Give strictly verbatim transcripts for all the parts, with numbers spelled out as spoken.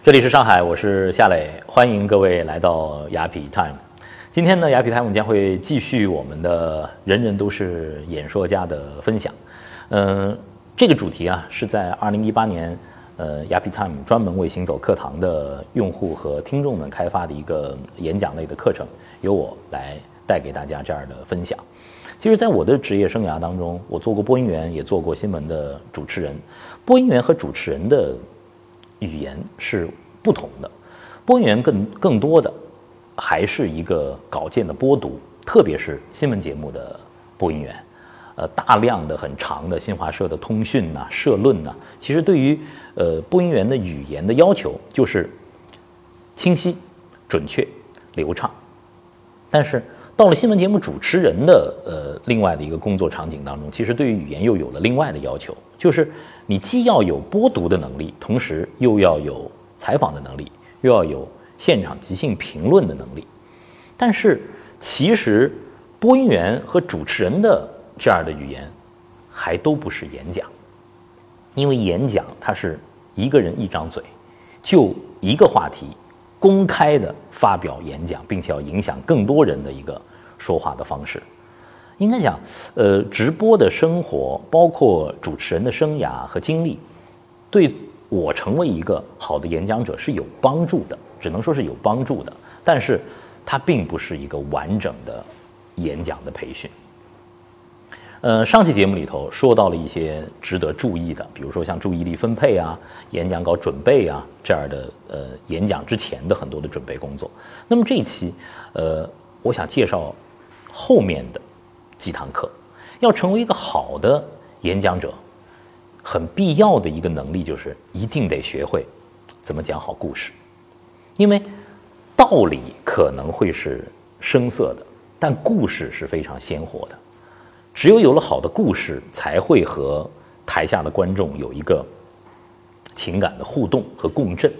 这里是上海，我是夏磊，欢迎各位来到雅痞 Time。今天呢，雅痞 Time 将会继续我们的人人都是演说家的分享。嗯、呃，这个主题啊是在二零一八年，呃，雅痞 Time 专门为行走课堂的用户和听众们开发的一个演讲类的课程，由我来带给大家这样的分享。其实，在我的职业生涯当中，我做过播音员，也做过新闻的主持人。播音员和主持人的语言是不同的，播音员更更多的还是一个稿件的播读，特别是新闻节目的播音员，呃，大量的很长的新华社的通讯呐、社论呐，其实对于呃播音员的语言的要求就是清晰、准确、流畅。但是到了新闻节目主持人的呃另外的一个工作场景当中，其实对于语言又有了另外的要求，就是你既要有播读的能力，同时又要有采访的能力，又要有现场即兴评论的能力。但是其实播音员和主持人的这样的语言还都不是演讲，因为演讲它是一个人一张嘴，就一个话题公开的发表演讲，并且要影响更多人的一个说话的方式。应该讲，呃，直播的生活，包括主持人的生涯和经历，对我成为一个好的演讲者是有帮助的，只能说是有帮助的。但是，它并不是一个完整的演讲的培训。呃，上期节目里头说到了一些值得注意的，比如说像注意力分配啊、演讲稿准备啊这样的呃演讲之前的很多的准备工作。那么这一期，呃，我想介绍后面的几堂课。要成为一个好的演讲者，很必要的一个能力就是一定得学会怎么讲好故事。因为道理可能会是生涩的，但故事是非常鲜活的。只有有了好的故事，才会和台下的观众有一个情感的互动和共振。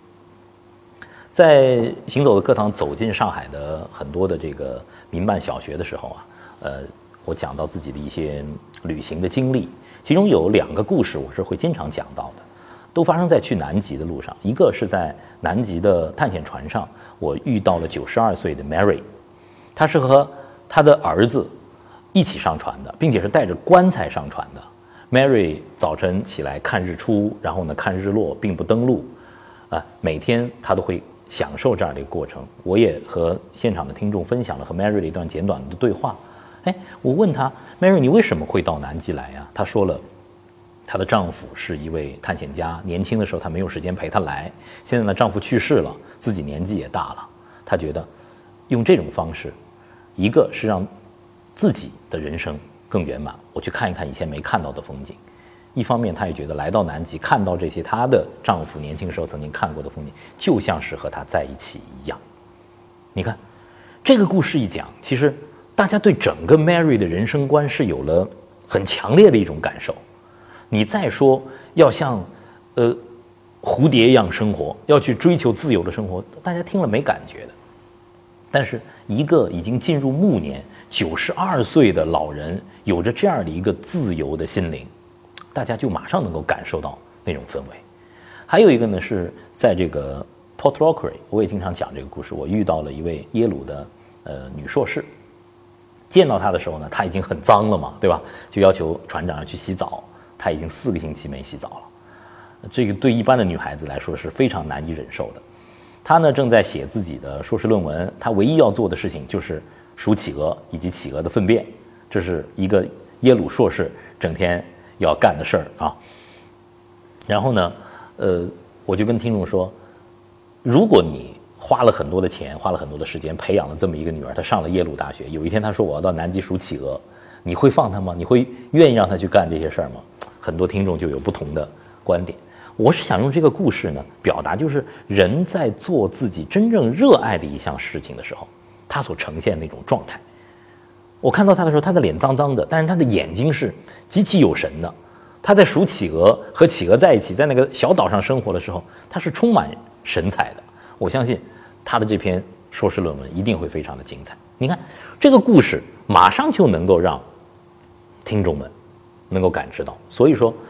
在行走的课堂走进上海的很多的这个民办小学的时候啊，呃，我讲到自己的一些旅行的经历，其中有两个故事我是会经常讲到的，都发生在去南极的路上。一个是在南极的探险船上，我遇到了九十二岁的 Mary， 她是和她的儿子一起上船的，并且是带着棺材上船的。Mary 早晨起来看日出，然后呢看日落，并不登陆，啊，每天她都会享受这样的一个过程。我也和现场的听众分享了和 Mary 的一段简短的对话。哎，我问她 Mary 你为什么会到南极来呀？她说了，她的丈夫是一位探险家，年轻的时候她没有时间陪她来，现在呢丈夫去世了，自己年纪也大了，她觉得用这种方式，一个是让自己的人生更圆满，我去看一看以前没看到的风景。一方面她也觉得来到南极看到这些她的丈夫年轻时候曾经看过的风景，就像是和她在一起一样。你看这个故事一讲，其实大家对整个 Mary 的人生观是有了很强烈的一种感受。你再说要像呃蝴蝶一样生活，要去追求自由的生活，大家听了没感觉的。但是一个已经进入暮年九十二岁的老人，有着这样的一个自由的心灵，大家就马上能够感受到那种氛围。还有一个呢，是在这个 Port Lockery， 我也经常讲这个故事。我遇到了一位耶鲁的呃女硕士，见到她的时候呢，她已经很脏了嘛，对吧？就要求船长要去洗澡，她已经四个星期没洗澡了。这个对一般的女孩子来说是非常难以忍受的。她呢正在写自己的硕士论文，她唯一要做的事情就是数企鹅以及企鹅的粪便，这是一个耶鲁硕士整天要干的事儿啊。然后呢，呃，我就跟听众说，如果你花了很多的钱，花了很多的时间培养了这么一个女儿，她上了耶鲁大学，有一天她说我要到南极数企鹅，你会放她吗？你会愿意让她去干这些事儿吗？很多听众就有不同的观点。我是想用这个故事呢，表达就是人在做自己真正热爱的一项事情的时候，他所呈现的那种状态。我看到他的时候，他的脸脏脏的，但是他的眼睛是极其有神的。他在数企鹅，和企鹅在一起，在那个小岛上生活的时候，他是充满神采的。我相信他的这篇硕士论文一定会非常的精彩。你看这个故事，马上就能够让听众们能够感知到。所以说，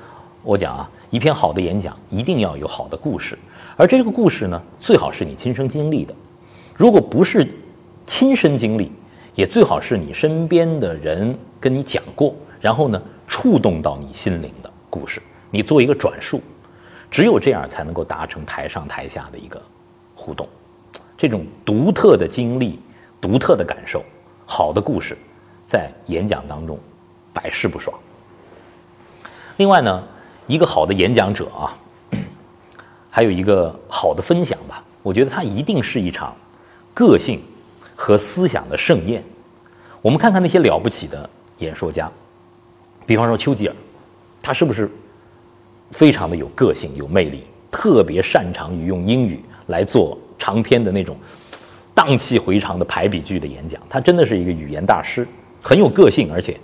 我讲啊，一篇好的演讲一定要有好的故事，而这个故事呢，最好是你亲身经历的。如果不是亲身经历，也最好是你身边的人跟你讲过，然后呢，触动到你心灵的故事，你做一个转述，只有这样才能够达成台上台下的一个互动。这种独特的经历、独特的感受、好的故事，在演讲当中百试不爽。另外呢，一个好的演讲者啊，还有一个好的分享吧，我觉得它一定是一场个性和思想的盛宴。我们看看那些了不起的演说家，比方说丘吉尔，他是不是非常的有个性、有魅力，特别擅长于用英语来做长篇的那种荡气回肠的排比句的演讲？他真的是一个语言大师，很有个性，而且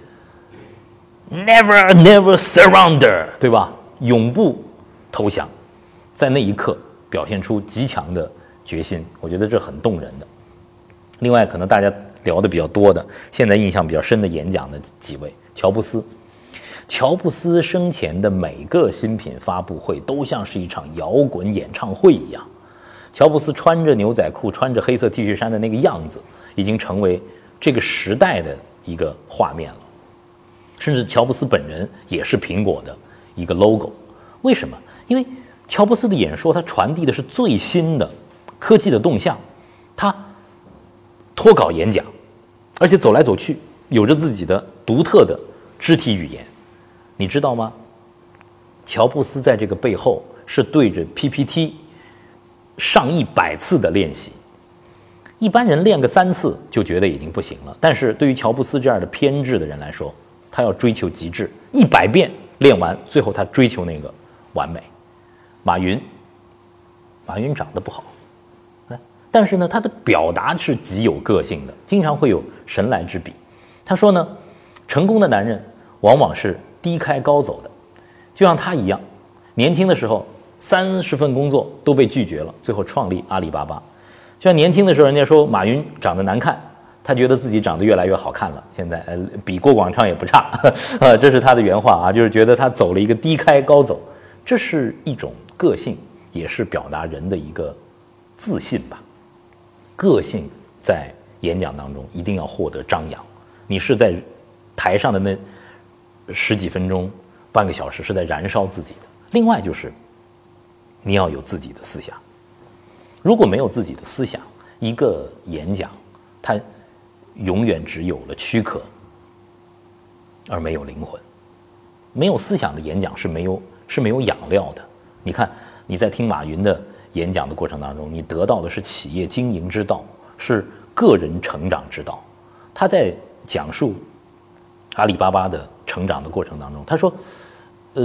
never never surrender， 对吧？永不投降，在那一刻表现出极强的决心，我觉得这很动人的。另外，可能大家聊的比较多的，现在印象比较深的演讲的几位，乔布斯。乔布斯生前的每个新品发布会都像是一场摇滚演唱会一样。乔布斯穿着牛仔裤、穿着黑色 T 恤衫的那个样子，已经成为这个时代的一个画面了。甚至乔布斯本人也是苹果的一个 logo。为什么？因为乔布斯的演说，它传递的是最新的科技的动向，他脱稿演讲，而且走来走去，有着自己的独特的肢体语言。你知道吗？乔布斯在这个背后是对着 P P T 上一百次的练习。一般人练个三次就觉得已经不行了，但是对于乔布斯这样的偏执的人来说，他要追求极致，一百遍练完，最后他追求那个完美。马云，马云长得不好，但是呢，他的表达是极有个性的，经常会有神来之笔。他说呢，成功的男人往往是低开高走的，就像他一样，年轻的时候三十份工作都被拒绝了，最后创立阿里巴巴。就像年轻的时候，人家说马云长得难看，他觉得自己长得越来越好看了，现在呃比郭广昌也不差，呃，这是他的原话啊，就是觉得他走了一个低开高走，这是一种个性，也是表达人的一个自信吧。个性在演讲当中一定要获得张扬，你是在台上的那十几分钟、半个小时是在燃烧自己的。另外就是你要有自己的思想，如果没有自己的思想，一个演讲它永远只有了躯壳而没有灵魂。没有思想的演讲是没有是没有养料的。你看你在听马云的演讲的过程当中，你得到的是企业经营之道，是个人成长之道。他在讲述阿里巴巴的成长的过程当中，他说呃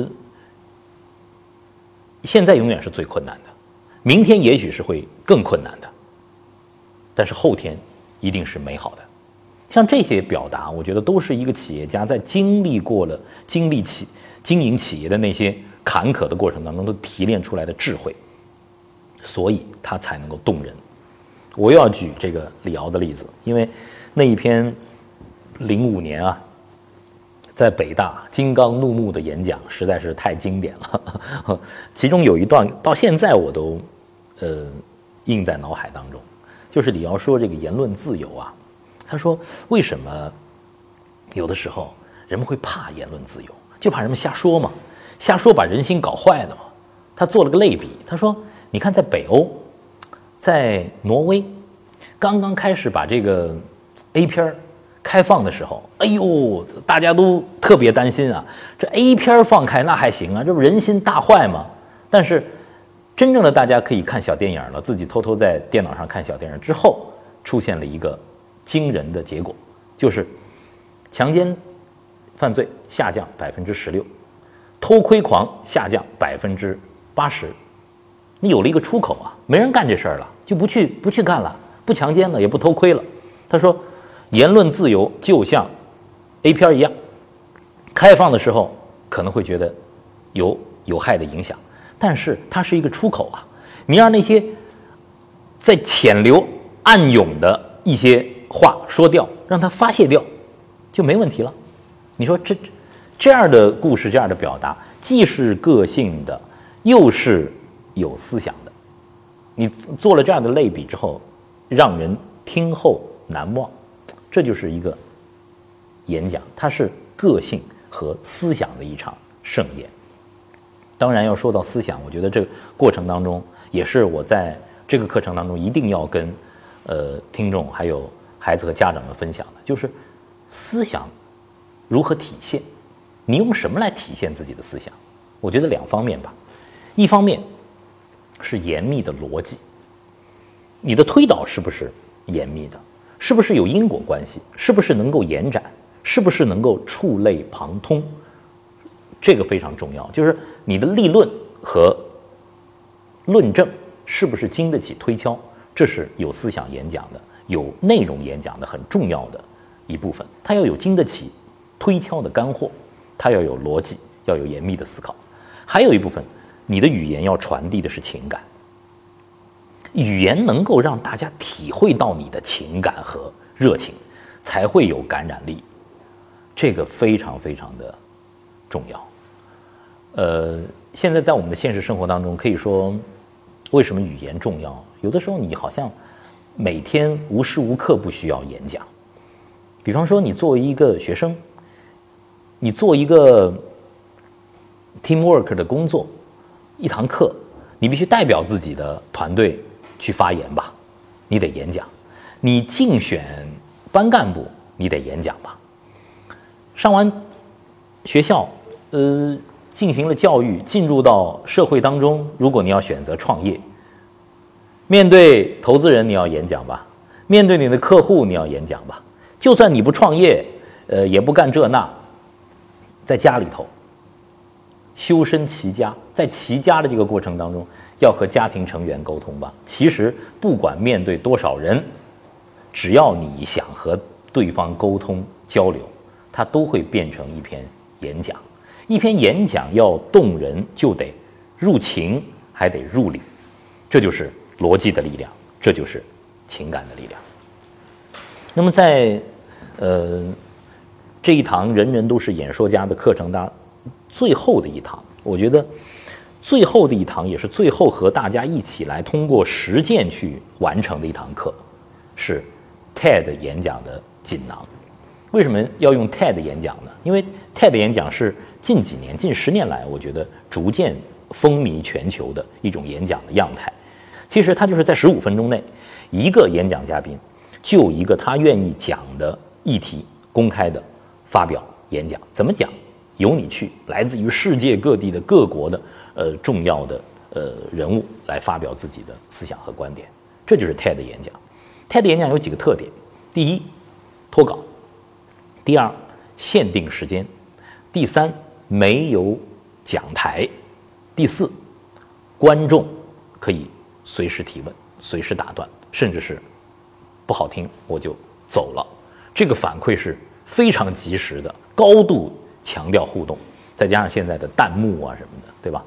现在永远是最困难的，明天也许是会更困难的，但是后天一定是美好的。像这些表达，我觉得都是一个企业家在经历过了经历企经营企业的那些坎坷的过程当中都提炼出来的智慧，所以他才能够动人。我又要举这个李敖的例子，因为那一篇零五年啊，在北大金刚怒目的演讲实在是太经典了，其中有一段到现在我都呃印在脑海当中，就是李敖说这个言论自由啊，他说为什么有的时候人们会怕言论自由，就怕人们瞎说嘛，瞎说把人心搞坏了嘛。他做了个类比，他说你看在北欧，在挪威刚刚开始把这个 A 片开放的时候，哎呦大家都特别担心啊，这 A 片放开那还行啊，这不人心大坏吗？但是真正的大家可以看小电影了，自己偷偷在电脑上看小电影之后，出现了一个惊人的结果，就是强奸犯罪下降百分之十六，偷窥狂下降百分之八十。你有了一个出口啊，没人干这事儿了，就不去不去干了，不强奸了，也不偷窥了。他说，言论自由就像 A 片一样，开放的时候可能会觉得有有害的影响，但是它是一个出口啊。你让那些在潜流暗涌的一些话说掉，让它发泄掉，就没问题了。你说这这样的故事，这样的表达， 既是个性的，又是有思想的。你做了这样的类比之后，让人听后难忘。这就是一个演讲，它是个性和思想的一场盛宴。当然要说到思想，我觉得这个过程当中，也是我在这个课程当中一定要跟呃听众还有孩子和家长们分享的，就是思想如何体现，你用什么来体现自己的思想？我觉得两方面吧，一方面是严密的逻辑，你的推导是不是严密的？是不是有因果关系？是不是能够延展？是不是能够触类旁通？这个非常重要，就是你的立论和论证是不是经得起推敲？这是有思想演讲的、有内容演讲的很重要的一部分。它要有经得起推敲的干货，它要有逻辑，要有严密的思考。还有一部分，你的语言要传递的是情感。语言能够让大家体会到你的情感和热情，才会有感染力，这个非常非常的重要。呃，现在在我们的现实生活当中，可以说，为什么语言重要？有的时候你好像每天无时无刻不需要演讲。比方说，你作为一个学生，你做一个 teamwork 的工作，一堂课，你必须代表自己的团队去发言吧，你得演讲；你竞选班干部，你得演讲吧。上完学校，呃，进行了教育，进入到社会当中，如果你要选择创业，面对投资人你要演讲吧，面对你的客户你要演讲吧。就算你不创业，呃，也不干这那，在家里头修身齐家，在齐家的这个过程当中，要和家庭成员沟通吧。其实不管面对多少人，只要你想和对方沟通交流，它都会变成一篇演讲。一篇演讲要动人，就得入情，还得入理，这就是逻辑的力量，这就是情感的力量。那么在呃这一堂人人都是演说家的课程当最后的一堂，我觉得最后的一堂也是最后和大家一起来通过实践去完成的一堂课，是 T E D 演讲的锦囊。为什么要用 T E D 演讲呢？因为 T E D 演讲是近几年、近十年来，我觉得逐渐风靡全球的一种演讲的样态。其实它就是在十五分钟内，一个演讲嘉宾就一个他愿意讲的议题公开的发表演讲。怎么讲？由你去，来自于世界各地的各国的呃重要的呃人物来发表自己的思想和观点，这就是 T E D 演讲。T E D 演讲有几个特点：第一，脱稿；第二，限定时间；第三，没有讲台；第四，观众可以随时提问、随时打断，甚至是不好听我就走了。这个反馈是非常及时的，高度强调互动，再加上现在的弹幕啊什么的，对吧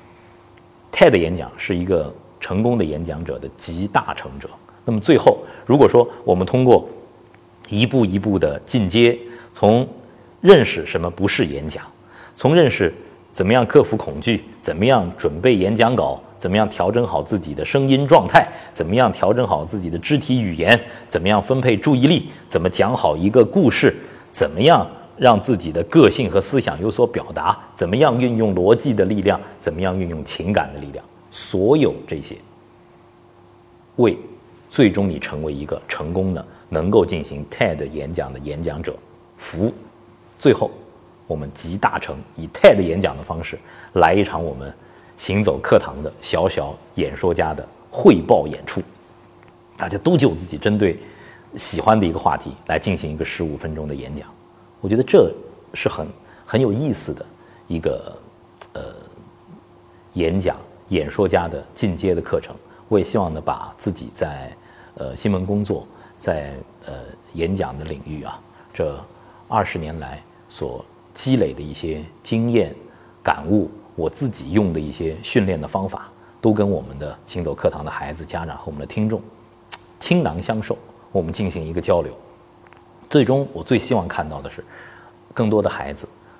？T E D 演讲是一个成功的演讲者的集大成者。那么最后，如果说我们通过一步一步的进阶，从认识什么不是演讲，从认识怎么样克服恐惧，怎么样准备演讲稿，怎么样调整好自己的声音状态，怎么样调整好自己的肢体语言，怎么样分配注意力，怎么讲好一个故事，怎么样让自己的个性和思想有所表达，怎么样运用逻辑的力量，怎么样运用情感的力量，所有这些为最终你成为一个成功的能够进行 T E D 演讲的演讲者服务。最后我们集大成，以 T E D 演讲的方式来一场我们行走课堂的小小演说家的汇报演出，大家都就自己针对喜欢的一个话题来进行一个十五分钟的演讲。我觉得这是很很有意思的一个呃演讲演说家的进阶的课程。我也希望呢，把自己在呃新闻工作，在呃演讲的领域啊，这二十年来所积累的一些经验感悟，我自己用的一些训练的方法，都跟我们的行走课堂的孩子、家长和我们的听众倾囊相授，我们进行一个交流。最终我最希望看到的是更多的孩子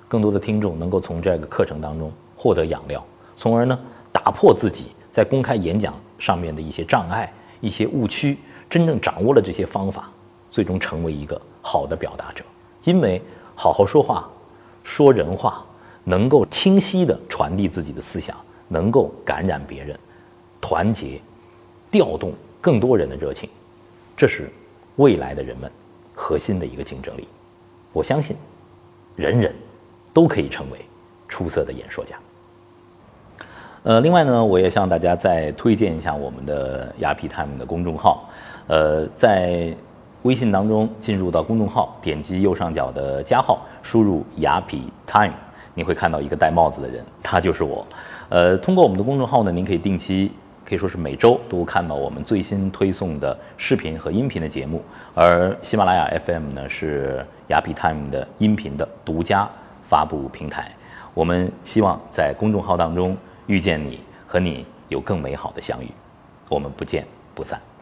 更多的听众能够从这个课程当中获得养料，从而呢打破自己在公开演讲上面的一些障碍、一些误区，真正掌握了这些方法，最终成为一个好的表达者。因为好好说话，说人话，能够清晰地传递自己的思想，能够感染别人，团结，调动更多人的热情，这是未来的人们核心的一个竞争力。我相信，人人都可以成为出色的演说家。呃，另外呢，我也向大家再推荐一下我们的雅痞 Time 的公众号。呃，在微信当中进入到公众号，点击右上角的加号，输入雅痞 Time， 你会看到一个戴帽子的人，他就是我。呃，通过我们的公众号呢，您可以定期，可以说是每周都看到我们最新推送的视频和音频的节目。而喜马拉雅 F M 呢，是雅痞 Time 的音频的独家发布平台。我们希望在公众号当中遇见你，和你有更美好的相遇。我们不见不散。